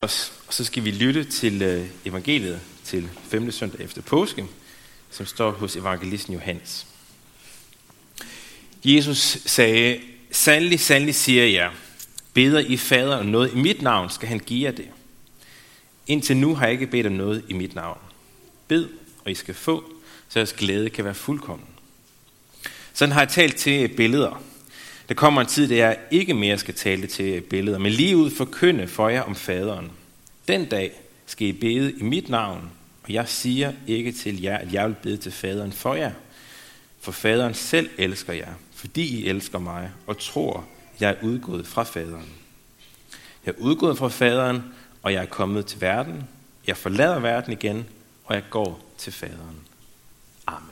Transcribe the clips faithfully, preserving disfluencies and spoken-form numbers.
os, og så skal vi lytte til øh, evangeliet til femte søndag efter påske, som står hos evangelisten Johannes. Jesus sagde, sandelig, sandelig siger jeg, beder I fader om noget i mit navn, skal han give jer det. Indtil nu har jeg ikke bedt om noget i mit navn. Bed, og I skal få, så jeres glæde kan være fuldkommen. Sådan har jeg talt til billeder. Der kommer en tid, da jeg ikke mere skal tale til billeder, men lige ud forkynde for jer om faderen. Den dag skal I bede i mit navn, og jeg siger ikke til jer, at jeg vil bede til faderen for jer. For faderen selv elsker jer, fordi I elsker mig og tror, jeg er udgået fra faderen. Jeg er udgået fra faderen, og jeg er kommet til verden. Jeg forlader verden igen, og jeg går til faderen. Amen.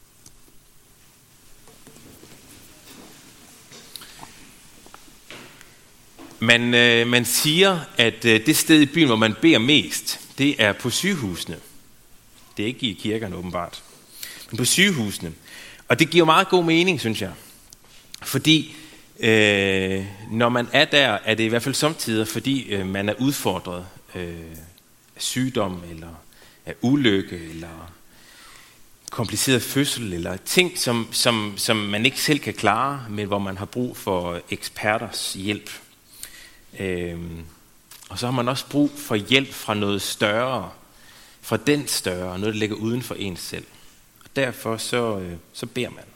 Man, øh, man siger, at øh, det sted i byen, hvor man beder mest, det er på sygehusene. Det er ikke i kirkerne åbenbart, men på sygehusene. Og det giver meget god mening, synes jeg. Fordi øh, når man er der, er det i hvert fald samtidig, fordi øh, man er udfordret øh, af sygdom, eller af ulykke, eller kompliceret fødsel, eller ting, som, som, som man ikke selv kan klare, men hvor man har brug for eksperters hjælp. Øhm, og så har man også brug for hjælp fra noget større, fra den større, noget der ligger uden for ens selv. Og derfor så, øh, så beder man.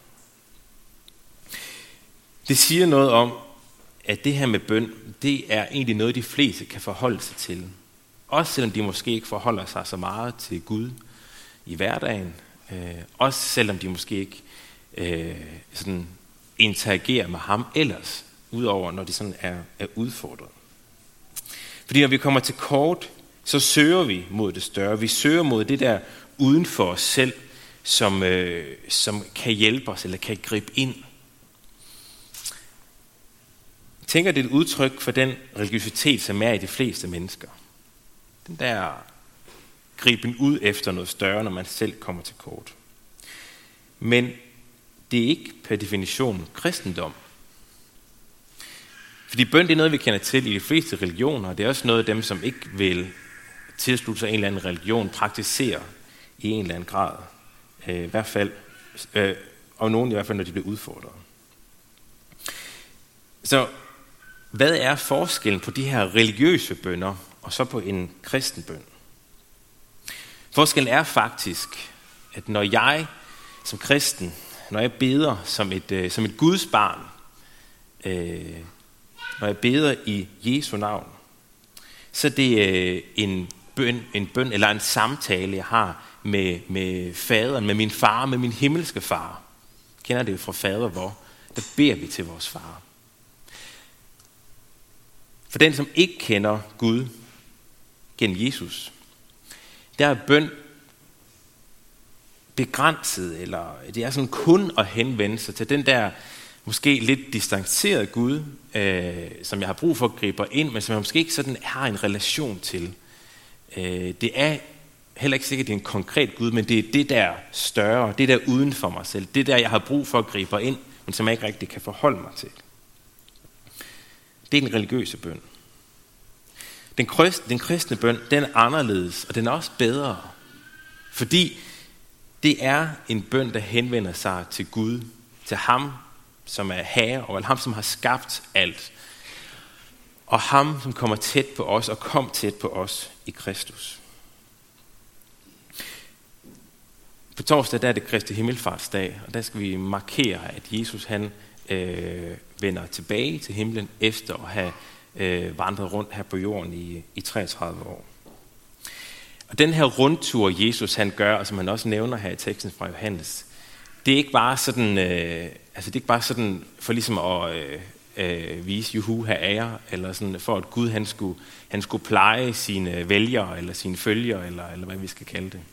Det siger noget om, at det her med bøn, det er egentlig noget, de fleste kan forholde sig til. Også selvom de måske ikke forholder sig så meget til Gud i hverdagen. Øh, også selvom de måske ikke øh, sådan interagerer med ham ellers. Udover når de sådan er, er udfordret. Fordi når vi kommer til kort, så søger vi mod det større. Vi søger mod det der uden for os selv, som, øh, som kan hjælpe os eller kan gribe ind. Jeg tænker, det er et udtryk for den religiøsitet, som er i de fleste mennesker. Den der griben ud efter noget større, når man selv kommer til kort. Men det er ikke per definition kristendom. Fordi bøn, det er noget, vi kender til i de fleste religioner, og det er også noget af dem, som ikke vil tilslutte sig en eller anden religion, praktiserer i en eller anden grad. Øh, I hvert fald, øh, og nogen i hvert fald, når de bliver udfordret. Så hvad er forskellen på de her religiøse bønner, og så på en kristen bøn? Forskellen er faktisk, at når jeg som kristen, når jeg beder som et, øh, som et Guds barn, øh, når jeg beder i Jesu navn, så er det en bøn, en bøn eller en samtale, jeg har med, med faderen, med min far, med min himmelske far. Jeg kender det jo fra fader, hvor der beder vi til vores far. For den, som ikke kender Gud gennem Jesus, der er bøn begrænset, eller det er sådan kun at henvende sig til den der måske lidt distanceret Gud, øh, som jeg har brug for at gribe ind, men som jeg måske ikke sådan har en relation til. Øh, det er heller ikke sikkert, at det er en konkret Gud, men det er det der større, det der uden for mig selv, det der, jeg har brug for at gribe ind, men som jeg ikke rigtig kan forholde mig til. Det er den religiøse bøn. Den kristne, den kristne bøn, den er anderledes, og den er også bedre, fordi det er en bøn, der henvender sig til Gud, til ham, som er herre, og ham, som har skabt alt. Og ham, som kommer tæt på os, og kom tæt på os i Kristus. På torsdag, der er det Kristi Himmelfartsdag, og der skal vi markere, at Jesus, han øh, vender tilbage til himlen, efter at have øh, vandret rundt her på jorden i, i treogtredive år. Og den her rundtur, Jesus han gør, og som han også nævner her i teksten fra Johannes, det er ikke bare sådan, øh, altså det er ikke bare sådan for ligesom at øh, øh, vise, juhu, her er jeg, eller sådan for at Gud han skulle, han skulle pleje sine vælgere, eller sine følgere, eller, eller hvad vi skal kalde det.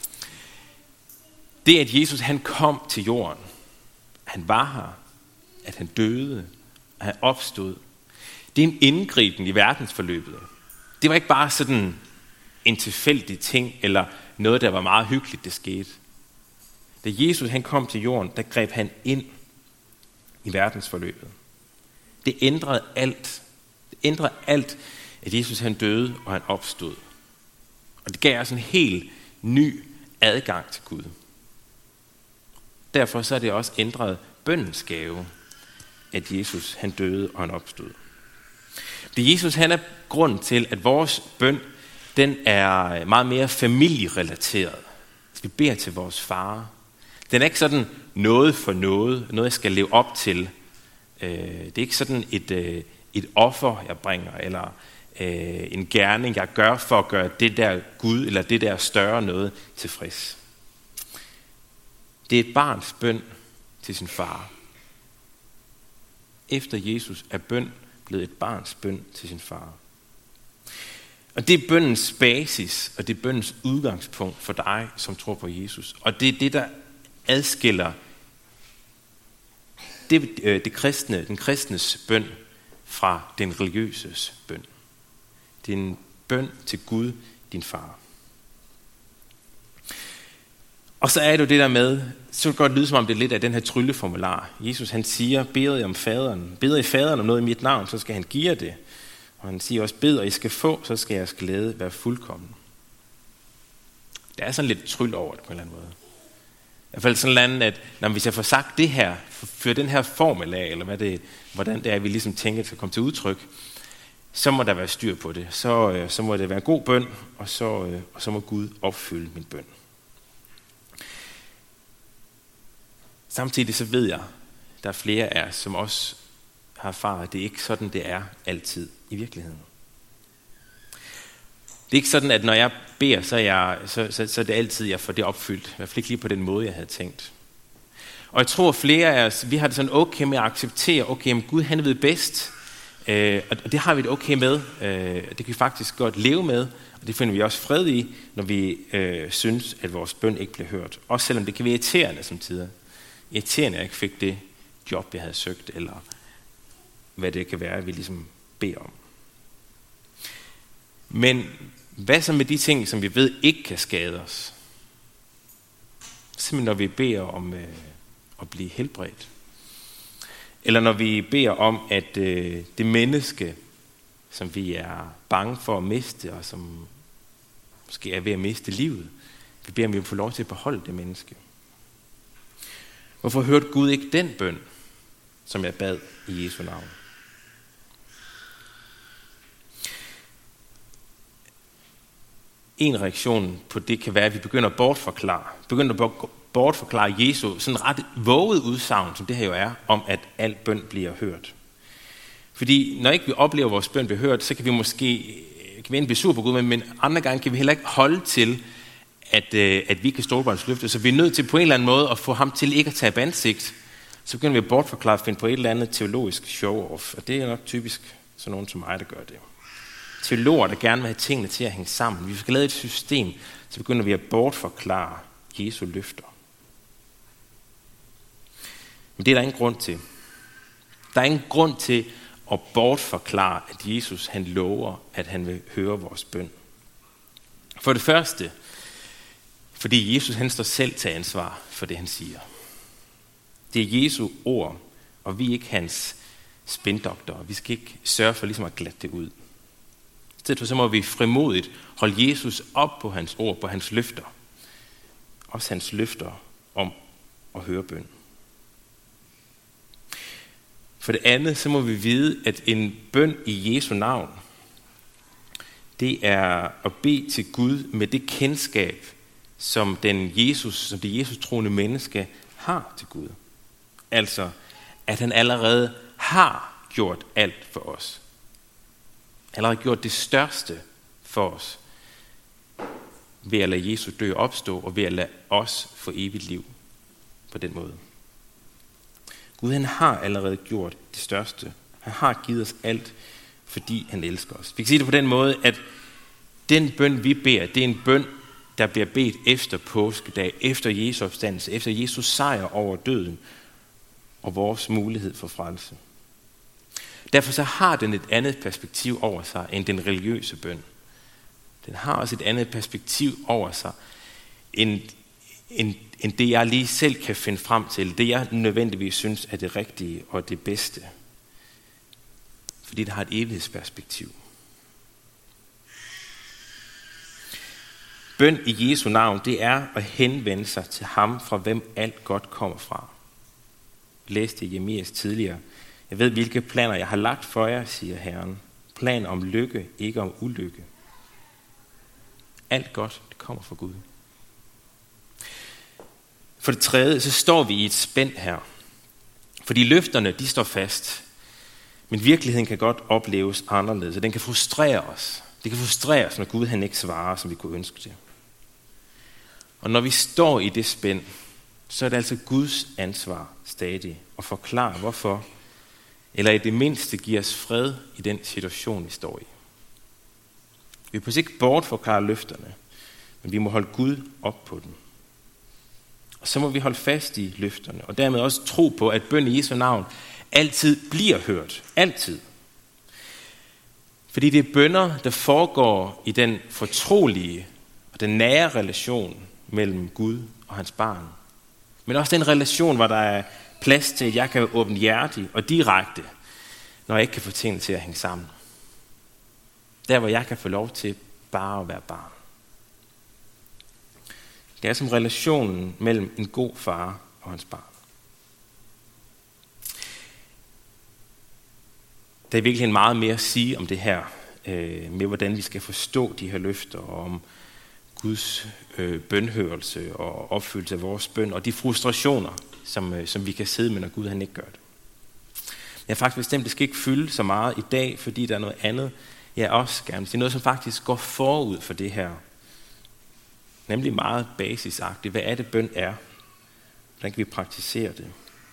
Det at Jesus han kom til jorden, han var her, at han døde, at han opstod, det er en indgriben i verdensforløbet. Det var ikke bare sådan en tilfældig ting, eller noget, der var meget hyggeligt, det skete. Da Jesus han kom til jorden, der greb han ind i verdensforløbet. Det ændrede alt. Det ændrede alt at Jesus han døde, og han opstod. Og det gav os en helt ny adgang til Gud. Derfor så er det også ændret bønnens gave, at Jesus han døde, og han opstod. Det Jesus han er grund til, at vores bøn den er meget mere familierelateret. Vi beder til vores far. Den er ikke sådan noget for noget, noget jeg skal leve op til. Det er ikke sådan et, et offer, jeg bringer, eller en gerning, jeg gør for at gøre det der Gud, eller det der større noget tilfreds. Det er et barns bøn til sin far. Efter Jesus er bøn blevet et barns bøn til sin far. Og det er bønnens basis, og det er bønnens udgangspunkt for dig, som tror på Jesus. Og det er det, der adskiller det, det kristne, den kristnes bøn fra den religiøses bøn. Det er en bøn til Gud, din far. Og så er det jo det der med, så kan det godt lyde som om det er lidt af den her trylleformular. Jesus han siger, beder I om faderen, beder I faderen om noget i mit navn, så skal han give jer det. Og han siger også, beder I skal få, så skal jeres glæde være fuldkommen. Der er sådan lidt tryl over det på en eller anden måde. I hvert fald sådan noget, at når hvis jeg får sagt det her, fører den her formel af, eller hvad det, hvordan det er, vi ligesom tænker til at komme til udtryk, så må der være styr på det. Så, så må det være en god bøn, og så, og så må Gud opfylde min bøn. Samtidig så ved jeg, der er flere af os, som også har erfaret, at det ikke sådan, det er altid i virkeligheden. Det er ikke sådan, at når jeg beder, så er, jeg, så, så, så er det altid, jeg får det opfyldt. I hvert fald ikke lige på den måde, jeg havde tænkt. Og jeg tror, flere af os, vi har det sådan okay med at acceptere, okay, men Gud han ved bedst. Øh, og det har vi det okay med. Øh, det kan vi faktisk godt leve med. Og det finder vi også fred i, når vi øh, synes, at vores bøn ikke bliver hørt. Også selvom det kan være irriterende som tider. Irriterende, at jeg ikke fik det job, jeg havde søgt, eller hvad det kan være, vi ligesom beder om. Men hvad så med de ting, som vi ved ikke kan skade os? Simpelthen når vi beder om øh, at blive helbredt. Eller når vi beder om, at øh, det menneske, som vi er bange for at miste, og som måske er ved at miste livet, vi beder om, at vi får lov til at beholde det menneske. Hvorfor hørte Gud ikke den bøn, som jeg bad i Jesu navn? En reaktion på det kan være, at vi begynder at bortforklare, begynder at bortforklare Jesu sådan ret våget udsagn, som det her jo er, om at al bøn bliver hørt. Fordi når ikke vi oplever, at vores bøn bliver hørt, så kan vi måske kan vi blive sur på Gud, men andre gange kan vi heller ikke holde til, at, at vi kan stole på hans løfte. Så vi er nødt til på en eller anden måde at få ham til ikke at tage ansigt. Så begynder vi at bortforklare at finde på et eller andet teologisk show-off. Og det er nok typisk sådan nogen som mig, der gør det. Teologer, der gerne vil have tingene til at hænge sammen. Vi skal lave et system, så begynder vi at bortforklare Jesu løfter. Men det er der ingen grund til. Der er ingen grund til at bortforklare, at Jesus han lover, at han vil høre vores bøn. For det første, fordi Jesus han står selv til ansvar for det, han siger. Det er Jesu ord, og vi er ikke hans spindoktor. Vi skal ikke sørge for ligesom at glatte det ud. I stedet for så må vi frimodigt holde Jesus op på hans ord, på hans løfter. Også hans løfter om at høre bøn. For det andet, så må vi vide, at en bøn i Jesu navn, det er at bede til Gud med det kendskab, som, den Jesus, som det Jesus troende menneske har til Gud. Altså, at han allerede har gjort alt for os. Allerede gjort det største for os, ved at lade Jesus dø opstå, og ved at lade os få evigt liv på den måde. Gud han har allerede gjort det største. Han har givet os alt, fordi han elsker os. Vi kan sige det på den måde, at den bøn vi beder, det er en bøn, der bliver bedt efter påskedag, efter Jesu opstandelse, efter Jesus sejr over døden og vores mulighed for frelse. Derfor så har den et andet perspektiv over sig end den religiøse bøn. Den har også et andet perspektiv over sig end, end, end det, jeg lige selv kan finde frem til. Det, jeg nødvendigvis synes er det rigtige og det bedste. Fordi det har et evighedsperspektiv. Bøn i Jesu navn, det er at henvende sig til ham, fra hvem alt godt kommer fra. Jeg læste Jeremias tidligere. Jeg ved, hvilke planer jeg har lagt for jer, siger Herren. Planer om lykke, ikke om ulykke. Alt godt, det kommer fra Gud. For det tredje, så står vi i et spænd her. Fordi løfterne, de står fast. Men virkeligheden kan godt opleves anderledes, og den kan frustrere os. Det kan frustrere os, når Gud han ikke svarer, som vi kunne ønske det. Og når vi står i det spænd, så er det altså Guds ansvar stadig at forklare, hvorfor, eller i det mindste give os fred i den situation, vi står i. Vi kan ikke bortforklare løfterne, men vi må holde Gud op på dem. Og så må vi holde fast i løfterne, og dermed også tro på, at bøn i Jesu navn altid bliver hørt. Altid. Fordi det er bønner, der foregår i den fortrolige og den nære relation mellem Gud og hans barn. Men også den relation, hvor der er plads til, at jeg kan åbne hjertet og direkte, når jeg ikke kan få tingene til at hænge sammen. Der, hvor jeg kan få lov til bare at være barn. Det er som relationen mellem en god far og hans barn. Der er virkelig meget mere at sige om det her, øh, med hvordan vi skal forstå de her løfter, og om Guds øh, bønhørelse og opfyldelse af vores bøn, og de frustrationer, som, øh, som vi kan sidde med, når Gud han ikke gør det. Jeg har faktisk bestemt, det skal ikke fylde så meget i dag, fordi der er noget andet, jeg også gerne vil sige. Noget, som faktisk går forud for det her. Nemlig meget basisagtigt. Hvad er det, bøn er? Hvordan kan vi praktisere det?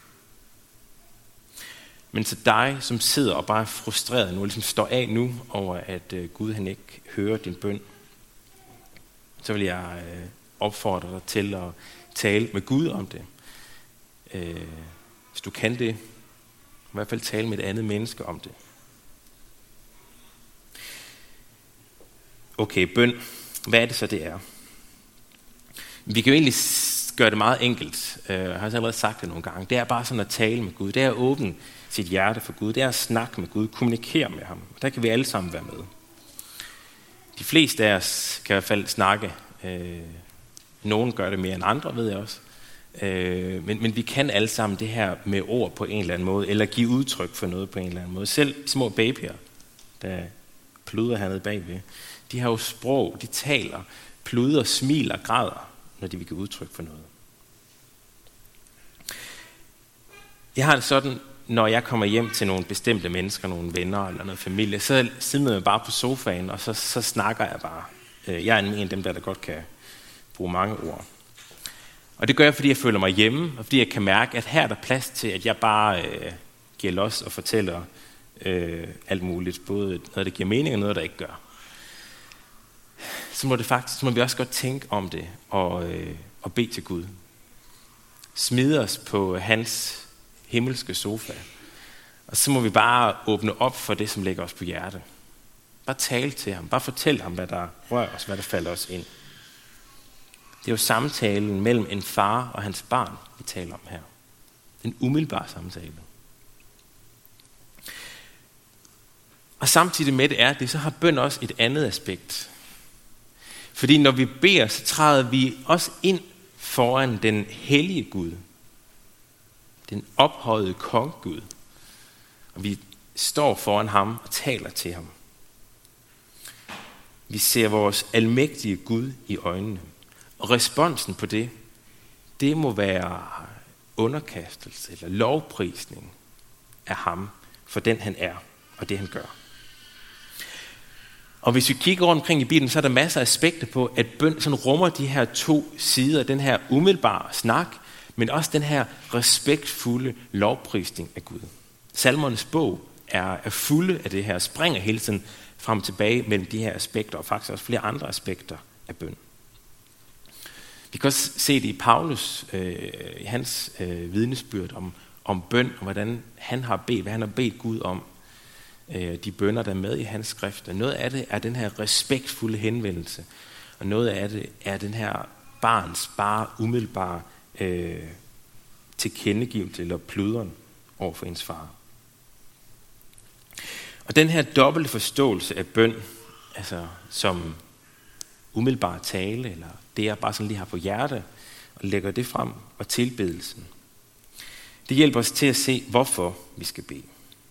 Men til dig, som sidder og bare er frustreret nu, og ligesom står af nu over, at øh, Gud han ikke hører din bøn, så vil jeg øh, opfordre dig til at tale med Gud om det. Øh, hvis du kan det, i hvert fald tale med et andet menneske om det. Okay, bøn. Hvad er det så, det er? Vi kan jo egentlig gøre det meget enkelt. Jeg har allerede sagt det nogle gange. Det er bare sådan at tale med Gud. Det er at åbne sit hjerte for Gud. Det er at snakke med Gud. Kommunikere med ham. Der kan vi alle sammen være med. De fleste af os kan i hvert fald snakke. Nogle gør det mere end andre, ved jeg også. Men, men vi kan alle sammen det her med ord på en eller anden måde, eller give udtryk for noget på en eller anden måde. Selv små babyer, der pluder hernede bagved, de har jo sprog, de taler, pluder, smiler, græder, når de vil give udtryk for noget. Jeg har det sådan, når jeg kommer hjem til nogle bestemte mennesker, nogle venner eller noget familie, så sidder jeg bare på sofaen, og så, så snakker jeg bare. Jeg er en af dem, der, der godt kan bruge mange ord. Og det gør jeg, fordi jeg føler mig hjemme, og fordi jeg kan mærke, at her er der plads til, at jeg bare øh, giver los og fortæller øh, alt muligt. Både noget, der giver mening, og noget, der ikke gør. Så må, det faktisk, så må vi også godt tænke om det, og, øh, og bede til Gud. Smide os på hans himmelske sofa. Og så må vi bare åbne op for det, som ligger os på hjerte. Bare tale til ham. Bare fortæl ham, hvad der rører os, hvad der falder os ind. Det er jo samtalen mellem en far og hans barn, vi taler om her. En umiddelbar samtale. Og samtidig med det er det, så har bøn også et andet aspekt. Fordi når vi beder, så træder vi også ind foran den hellige Gud. Den ophøjede kongegud. Og vi står foran ham og taler til ham. Vi ser vores almægtige Gud i øjnene. Og responsen på det, det må være underkastelse eller lovprisning af ham for den han er og det han gør. Og hvis vi kigger rundt omkring i Bibelen, så er der masser af aspekter på, at bøn sådan rummer de her to sider, den her umiddelbare snak, men også den her respektfulde lovprisning af Gud. Salmernes bog er, er fulde af det her, springer hele tiden frem og tilbage mellem de her aspekter, og faktisk også flere andre aspekter af bøn. Vi kan også se det i Paulus, øh, i hans øh, vidnesbyrd om, om bøn, og hvordan han har bedt, hvad han har bedt Gud om, øh, de bønner, der er med i hans skrifter. Noget af det er den her respektfulde henvendelse, og noget af det er den her barns bare umiddelbare øh, tilkendegivelse eller pludren over for ens far. Og den her dobbelte forståelse af bøn, altså som umiddelbare tale, eller det jeg bare sådan lige har på hjerte, og lægger det frem, og tilbedelsen. Det hjælper os til at se, hvorfor vi skal bede.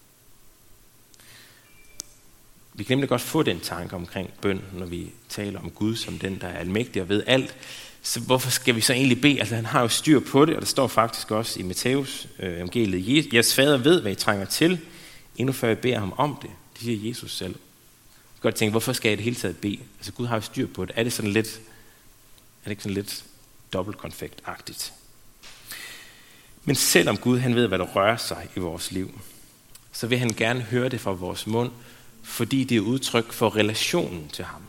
Vi kan nemlig godt få den tanke omkring bøn, når vi taler om Gud som den, der er almægtig og ved alt. Så hvorfor skal vi så egentlig bede? Altså han har jo styr på det, og der står faktisk også i Matthæus øh, evangeliet, jeres fader ved, hvad I trænger til, endnu før I beder ham om det. Det siger Jesus selv. Jeg kan godt tænke, hvorfor skal jeg i det hele taget bede? Altså Gud har jo styr på det. Er det sådan lidt, er det ikke sådan lidt dobbeltkonfekt-agtigt? Men selvom Gud han ved, hvad der rører sig i vores liv, så vil han gerne høre det fra vores mund, fordi det er udtryk for relationen til ham.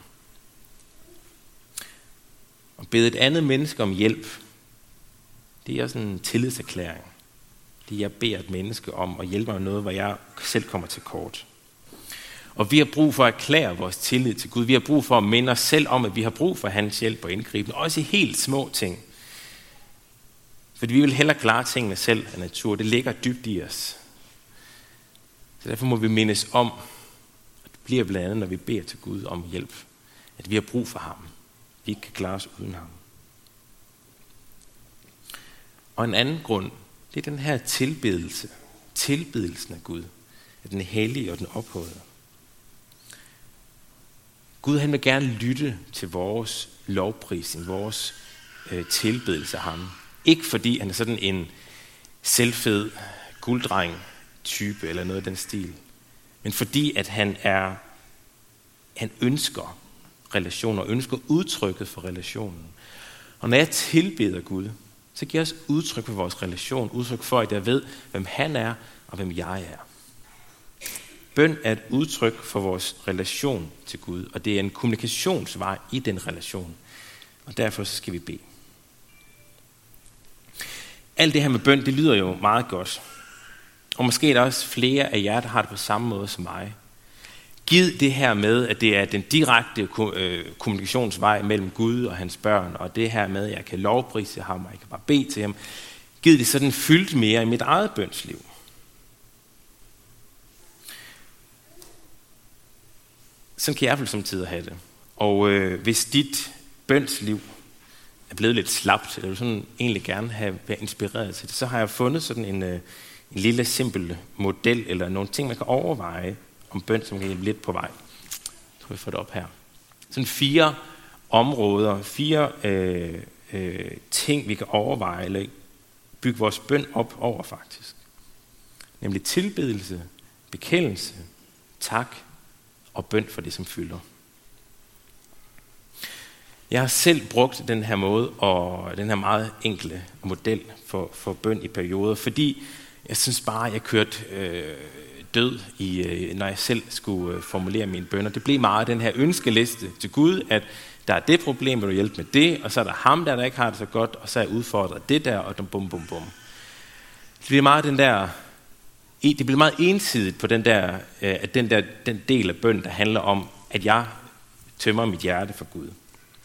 At bede et andet menneske om hjælp, det er sådan en tillidserklæring. Det jeg beder et menneske om at hjælpe mig med noget, hvor jeg selv kommer til kort. Og vi har brug for at erklære vores tillid til Gud. Vi har brug for at minde os selv om, at vi har brug for hans hjælp og indgriben. Også i helt små ting. Fordi vi vil hellere klare tingene selv af natur. Det ligger dybt i os. Så derfor må vi mindes om, at det bliver blandt andet, når vi beder til Gud om hjælp. At vi har brug for ham. Vi ikke kan klare os uden ham. Og en anden grund, det er den her tilbedelse. Tilbedelsen af Gud. At den er hellig og den ophøjede. Gud han vil gerne lytte til vores lovprisning, vores øh, tilbedelse af ham. Ikke fordi han er sådan en selvfed gulddreng type eller noget af den stil, men fordi at han er, han ønsker relationer, ønsker udtrykket for relationen. Og når jeg tilbeder Gud, så giver os udtryk for vores relation, udtryk for, at jeg ved, hvem han er og hvem jeg er. Bøn er et udtryk for vores relation til Gud, og det er en kommunikationsvej i den relation. Og derfor så skal vi bede. Alt det her med bøn, det lyder jo meget godt. Og måske er der også flere af jer, der har det på samme måde som mig. Giv det her med, at det er den direkte kommunikationsvej mellem Gud og hans børn, og det her med, at jeg kan lovprise ham, og jeg kan bare bede til ham. Giv det sådan fyldt mere i mit eget bønsliv. Sådan kan jeg vel som tider have det. Og øh, hvis dit bønsliv er blevet lidt slapt, eller du sådan egentlig gerne have været inspireret til det, så har jeg fundet sådan en, øh, en lille simpel model, eller nogle ting, man kan overveje om bøn, som kan hjælpe lidt på vej. Jeg tror, vi får det op her. Sådan fire områder, fire øh, øh, ting, vi kan overveje, eller bygge vores bøn op over faktisk. Nemlig tilbedelse, bekendelse, tak og bøn for det, som fylder. Jeg har selv brugt den her måde, og den her meget enkle model for, for bøn i perioder, fordi jeg synes bare, at jeg kørte øh, død, i, øh, når jeg selv skulle øh, formulere mine bønner. Det blev meget den her ønskeliste til Gud, at der er det problem, vil du hjælpe med det, og så er der ham der, der ikke har det så godt, og så er jeg udfordret det der, og bum, bum, bum. Det bliver meget den der, det bliver meget ensidigt på den der, at den der den del af bøn, der handler om, at jeg tømmer mit hjerte for Gud.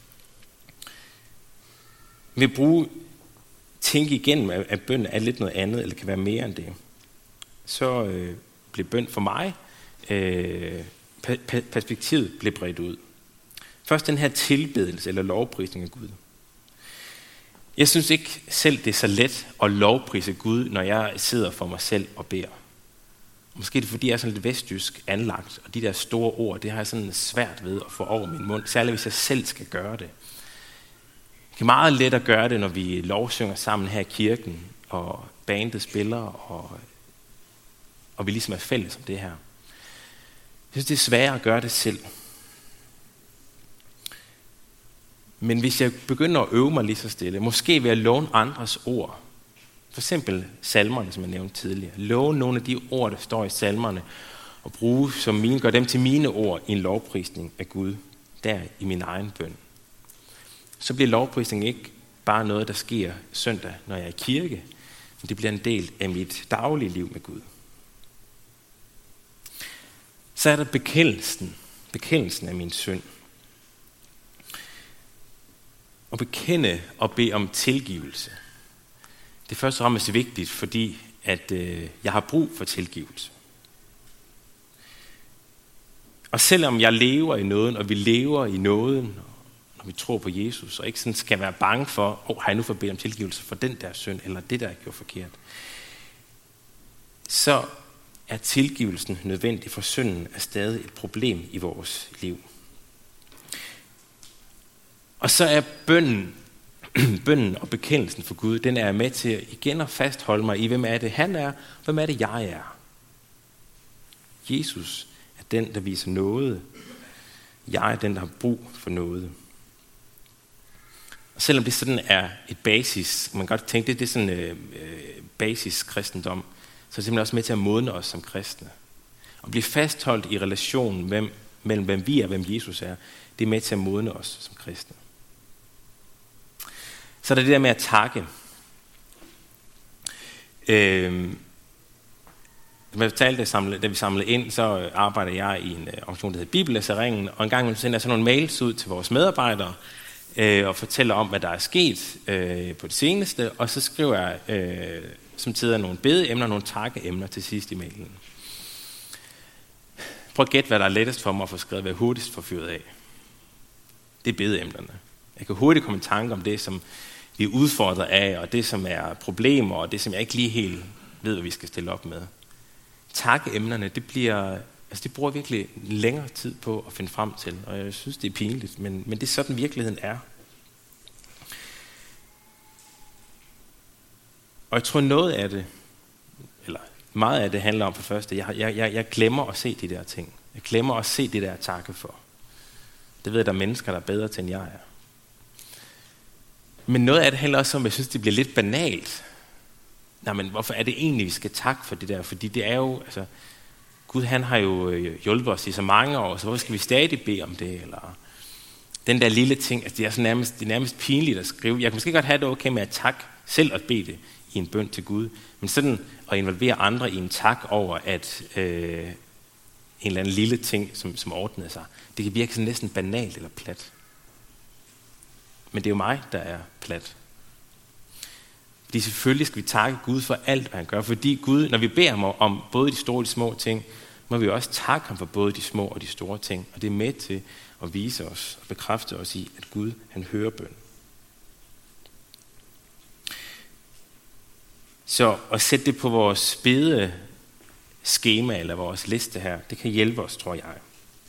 Vi vil bruge, tænke igennem, at bøn er lidt noget andet, eller kan være mere end det. Så øh, bliver bøn for mig, øh, perspektivet bliver bredt ud. Først den her tilbedelse, eller lovprisning af Gud. Jeg synes ikke selv, det er så let at lovprise Gud, når jeg sidder for mig selv og beder. Måske er det, fordi jeg er sådan lidt vestjysk anlagt, og de der store ord, det har jeg sådan svært ved at få over min mund, særligt hvis jeg selv skal gøre det. Det er meget let at gøre det, når vi lovsynger sammen her i kirken, og bandet spiller, og, og vi ligesom er fælles om det her. Jeg synes, det er sværere at gøre det selv. Men hvis jeg begynder at øve mig lige så stille, måske vil jeg låne andres ord. For eksempel salmerne, som jeg nævnte tidligere. Låne nogle af de ord, der står i salmerne, og bruge som mine, gør dem til mine ord i en lovprisning af Gud, der i min egen bøn. Så bliver lovprisning ikke bare noget, der sker søndag, når jeg er i kirke, men det bliver en del af mit daglige liv med Gud. Så er der bekendelsen, bekendelsen af min synd. At bekende og bede om tilgivelse. Det er først og fremmest vigtigt, fordi at, øh, jeg har brug for tilgivelse. Og selvom jeg lever i nåden, og vi lever i nåden, når vi tror på Jesus, og ikke sådan skal være bange for, åh, oh, har jeg nu fået bedt om tilgivelse for den der synd, eller det der, jeg gjorde forkert, så er tilgivelsen nødvendig, for synden er stadig et problem i vores liv. Og så er bønnen, bønnen og bekendelsen for Gud, den er med til igen at fastholde mig i, hvem er det han er, hvem er det jeg er. Jesus er den, der viser noget. Jeg er den, der har brug for noget. Og selvom det sådan er et basis, man kan godt tænke, det, det er sådan øh, basis kristendom, så er det simpelthen også med til at modne os som kristne. Og blive fastholdt i relationen hvem, mellem, hvem vi er og hvem Jesus er, det er med til at modne os som kristne. Så er der det der med at takke. Øh, Som jeg fortalte, da vi samlede ind, så arbejder jeg i en organisation, der hedder Bibellæseringen, og en gang sender jeg sådan nogle mails ud til vores medarbejdere, øh, og fortæller om, hvad der er sket øh, på det seneste, og så skriver jeg øh, som tider nogle bedeemner, nogle takkeemner til sidst i mailen. Prøv at gætte, hvad der er lettest for mig at få skrevet, hvad jeg hurtigst får fyret af. Det er bedeemnerne. Jeg kan hurtigt komme i tanke om det, som vi er udfordret af, og det, som er problemer, og det, som jeg ikke lige helt ved, hvad vi skal stille op med. Takkeemnerne, det bliver, altså det bruger virkelig længere tid på at finde frem til, og jeg synes, det er pinligt, men, men det er sådan, virkeligheden er. Og jeg tror, noget af det, eller meget af det handler om for det første, jeg, jeg, jeg, jeg glemmer at se de der ting. Jeg glemmer at se det der at takke for. Det ved jeg, der er mennesker, der er bedre til, end jeg er. Men noget af det handler også om, at jeg synes, det bliver lidt banalt. Nej, men hvorfor er det egentlig, vi skal takke for det der? Fordi det er jo, altså, Gud han har jo hjulpet os i så mange år, så hvorfor skal vi stadig bede om det? Eller den der lille ting, altså det er, så nærmest, det er nærmest pinligt at skrive. Jeg kan måske godt have det okay med at takke selv at bede det i en bøn til Gud, men sådan at involvere andre i en tak over, at øh, en eller anden lille ting, som, som ordnede sig, det kan virke sådan næsten banalt eller plat. Men det er jo mig, der er plat. Fordi selvfølgelig skal vi takke Gud for alt, hvad han gør. Fordi Gud, når vi beder ham om både de store og de små ting, må vi også takke ham for både de små og de store ting. Og det er med til at vise os og bekræfte os i, at Gud han hører bøn. Så at sætte det på vores bedeskema eller vores liste her, det kan hjælpe os, tror jeg.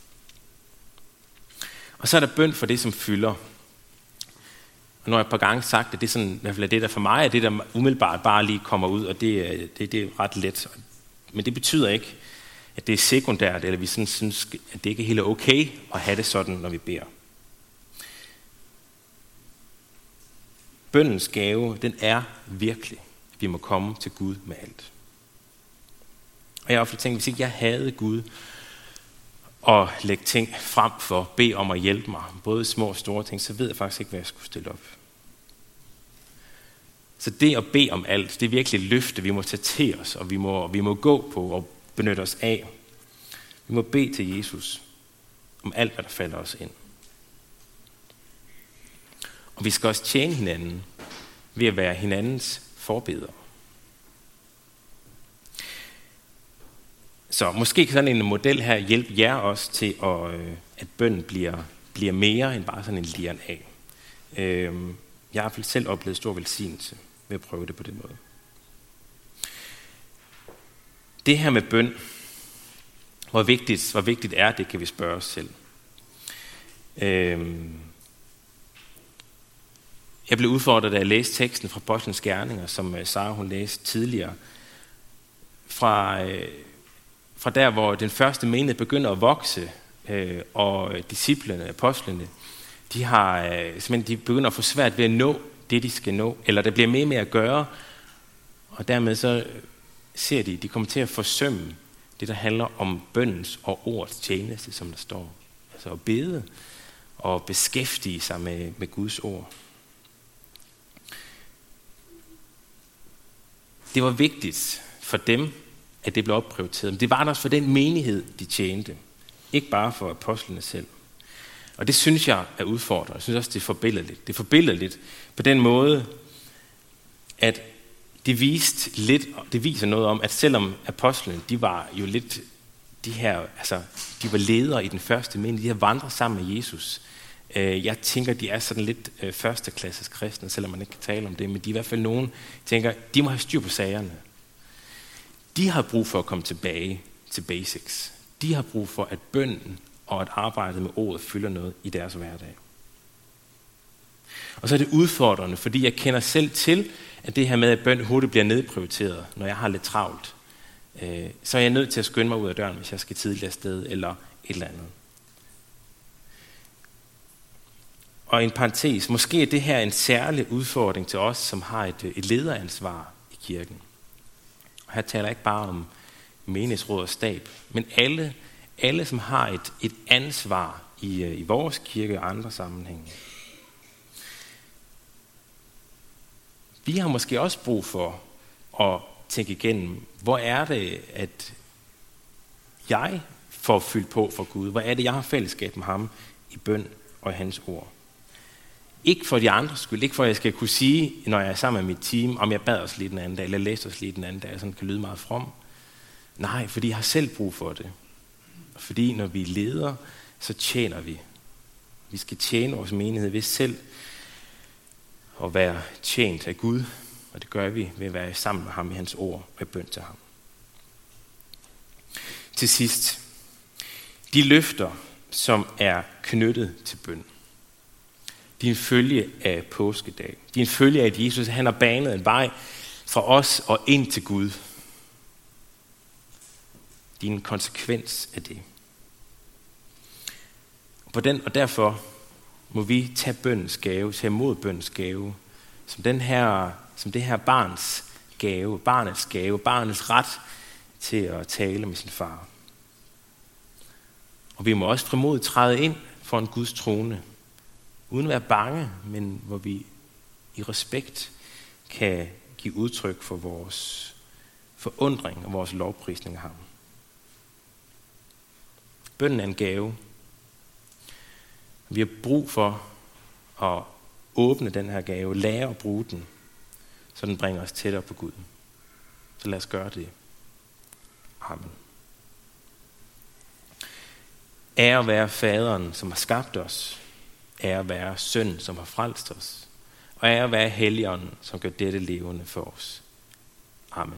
Og så er der bøn for det, som fylder. Og nu har jeg et par gange sagt, at det er sådan, i hvert fald det, der for mig er det, der umiddelbart bare lige kommer ud, og det, det, det er ret let. Men det betyder ikke, at det er sekundært, eller vi sådan synes, at det ikke er helt okay at have det sådan, når vi beder. Bønnens gave, den er virkelig, at vi må komme til Gud med alt. Og jeg har ofte tænkt, hvis ikke jeg havde Gud, og lægge ting frem for, bede om at hjælpe mig, både små og store ting, så ved jeg faktisk ikke, hvad jeg skulle stille op. Så det at bede om alt, det er virkelig et løfte, vi må tage til os, og vi må, vi må gå på og benytte os af. Vi må bede til Jesus om alt, hvad der falder os ind. Og vi skal også tjene hinanden ved at være hinandens forbedere. Så måske kan sådan en model her hjælpe jer også til, at, at bønnen bliver, bliver mere end bare sådan en liren af. Jeg har selv oplevet stor velsignelse ved at prøve det på den måde. Det her med bøn, hvor vigtigt, hvor vigtigt er det, kan vi spørge os selv. Jeg blev udfordret, da jeg læste teksten fra Apostlenes Gerninger, som Sara hun læste tidligere, fra... Fra der, hvor den første menighed begynder at vokse, øh, og disciplene, apostlene, de, har, øh, simpelthen, de begynder at få svært ved at nå det, de skal nå, eller der bliver mere med at gøre, og dermed så ser de, de kommer til at forsømme det, der handler om bønnens og ordets tjeneste, som der står. Altså at bede og beskæftige sig med, med Guds ord. Det var vigtigt for dem, at det blev opprioriteret. Men det var det også for den menighed, de tjente. Ikke bare for apostlene selv. Og det synes jeg er udfordrende. Jeg synes også, det er forbilledeligt. Det er forbilledeligt på den måde, at det, viste lidt, det viser noget om, at selvom apostlene, de var jo lidt, de her, altså, de var ledere i den første menighed, de har vandret sammen med Jesus Jeg tænker, de er sådan lidt førsteklasses kristne, selvom man ikke kan tale om det, men de er i hvert fald nogen, tænker, de må have styr på sagerne. De har brug for at komme tilbage til basics. De har brug for, at bønnen og at arbejdet med ordet fylder noget i deres hverdag. Og så er det udfordrende, fordi jeg kender selv til, at det her med, at bøn hurtigt bliver nedprioriteret, når jeg har lidt travlt. Så er jeg nødt til at skynde mig ud af døren, hvis jeg skal tidligere afsted eller et eller andet. Og en parentes, måske er det her en særlig udfordring til os, som har et, et lederansvar i kirken. Og her taler jeg ikke bare om menighedsråd og stab, men alle, alle som har et, et ansvar i, i vores kirke og andre sammenhænge. Vi har måske også brug for at tænke igennem, hvor er det, at jeg får fyldt på for Gud? Hvor er det, jeg har fællesskab med ham i bøn og i hans ord? Ikke for de andres skyld, ikke for at jeg skal kunne sige, når jeg er sammen med mit team, om jeg bad os lige den anden dag, eller læste os lige den anden dag, sådan kan lyde meget from. Nej, fordi jeg har selv brug for det. Fordi når vi leder, så tjener vi. Vi skal tjene vores menighed ved selv at være tjent af Gud, og det gør vi ved at være sammen med ham i hans ord og bøn til ham. Til sidst, de løfter, som er knyttet til bøn. De er en følge af påskedag. De er en følge af, at Jesus han har banet en vej fra os og ind til Gud. De er en konsekvens af det. Og, på den, og derfor må vi tage bønnens gave, tage imod bønnens gave, som, den her, som det her barns gave, barnets gave, barnets ret til at tale med sin far. Og vi må også frimodigt træde ind for en Guds trone, uden at være bange, men hvor vi i respekt kan give udtryk for vores forundring og vores lovprisning af ham. Bønnen er en gave. Vi har brug for at åbne den her gave, lære at bruge den, så den bringer os tættere på Gud. Så lad os gøre det. Amen. Ære være faderen, som har skabt os. Ære være sønnen, som har frelst os. Og ære være Helligånden, som gør dette levende for os.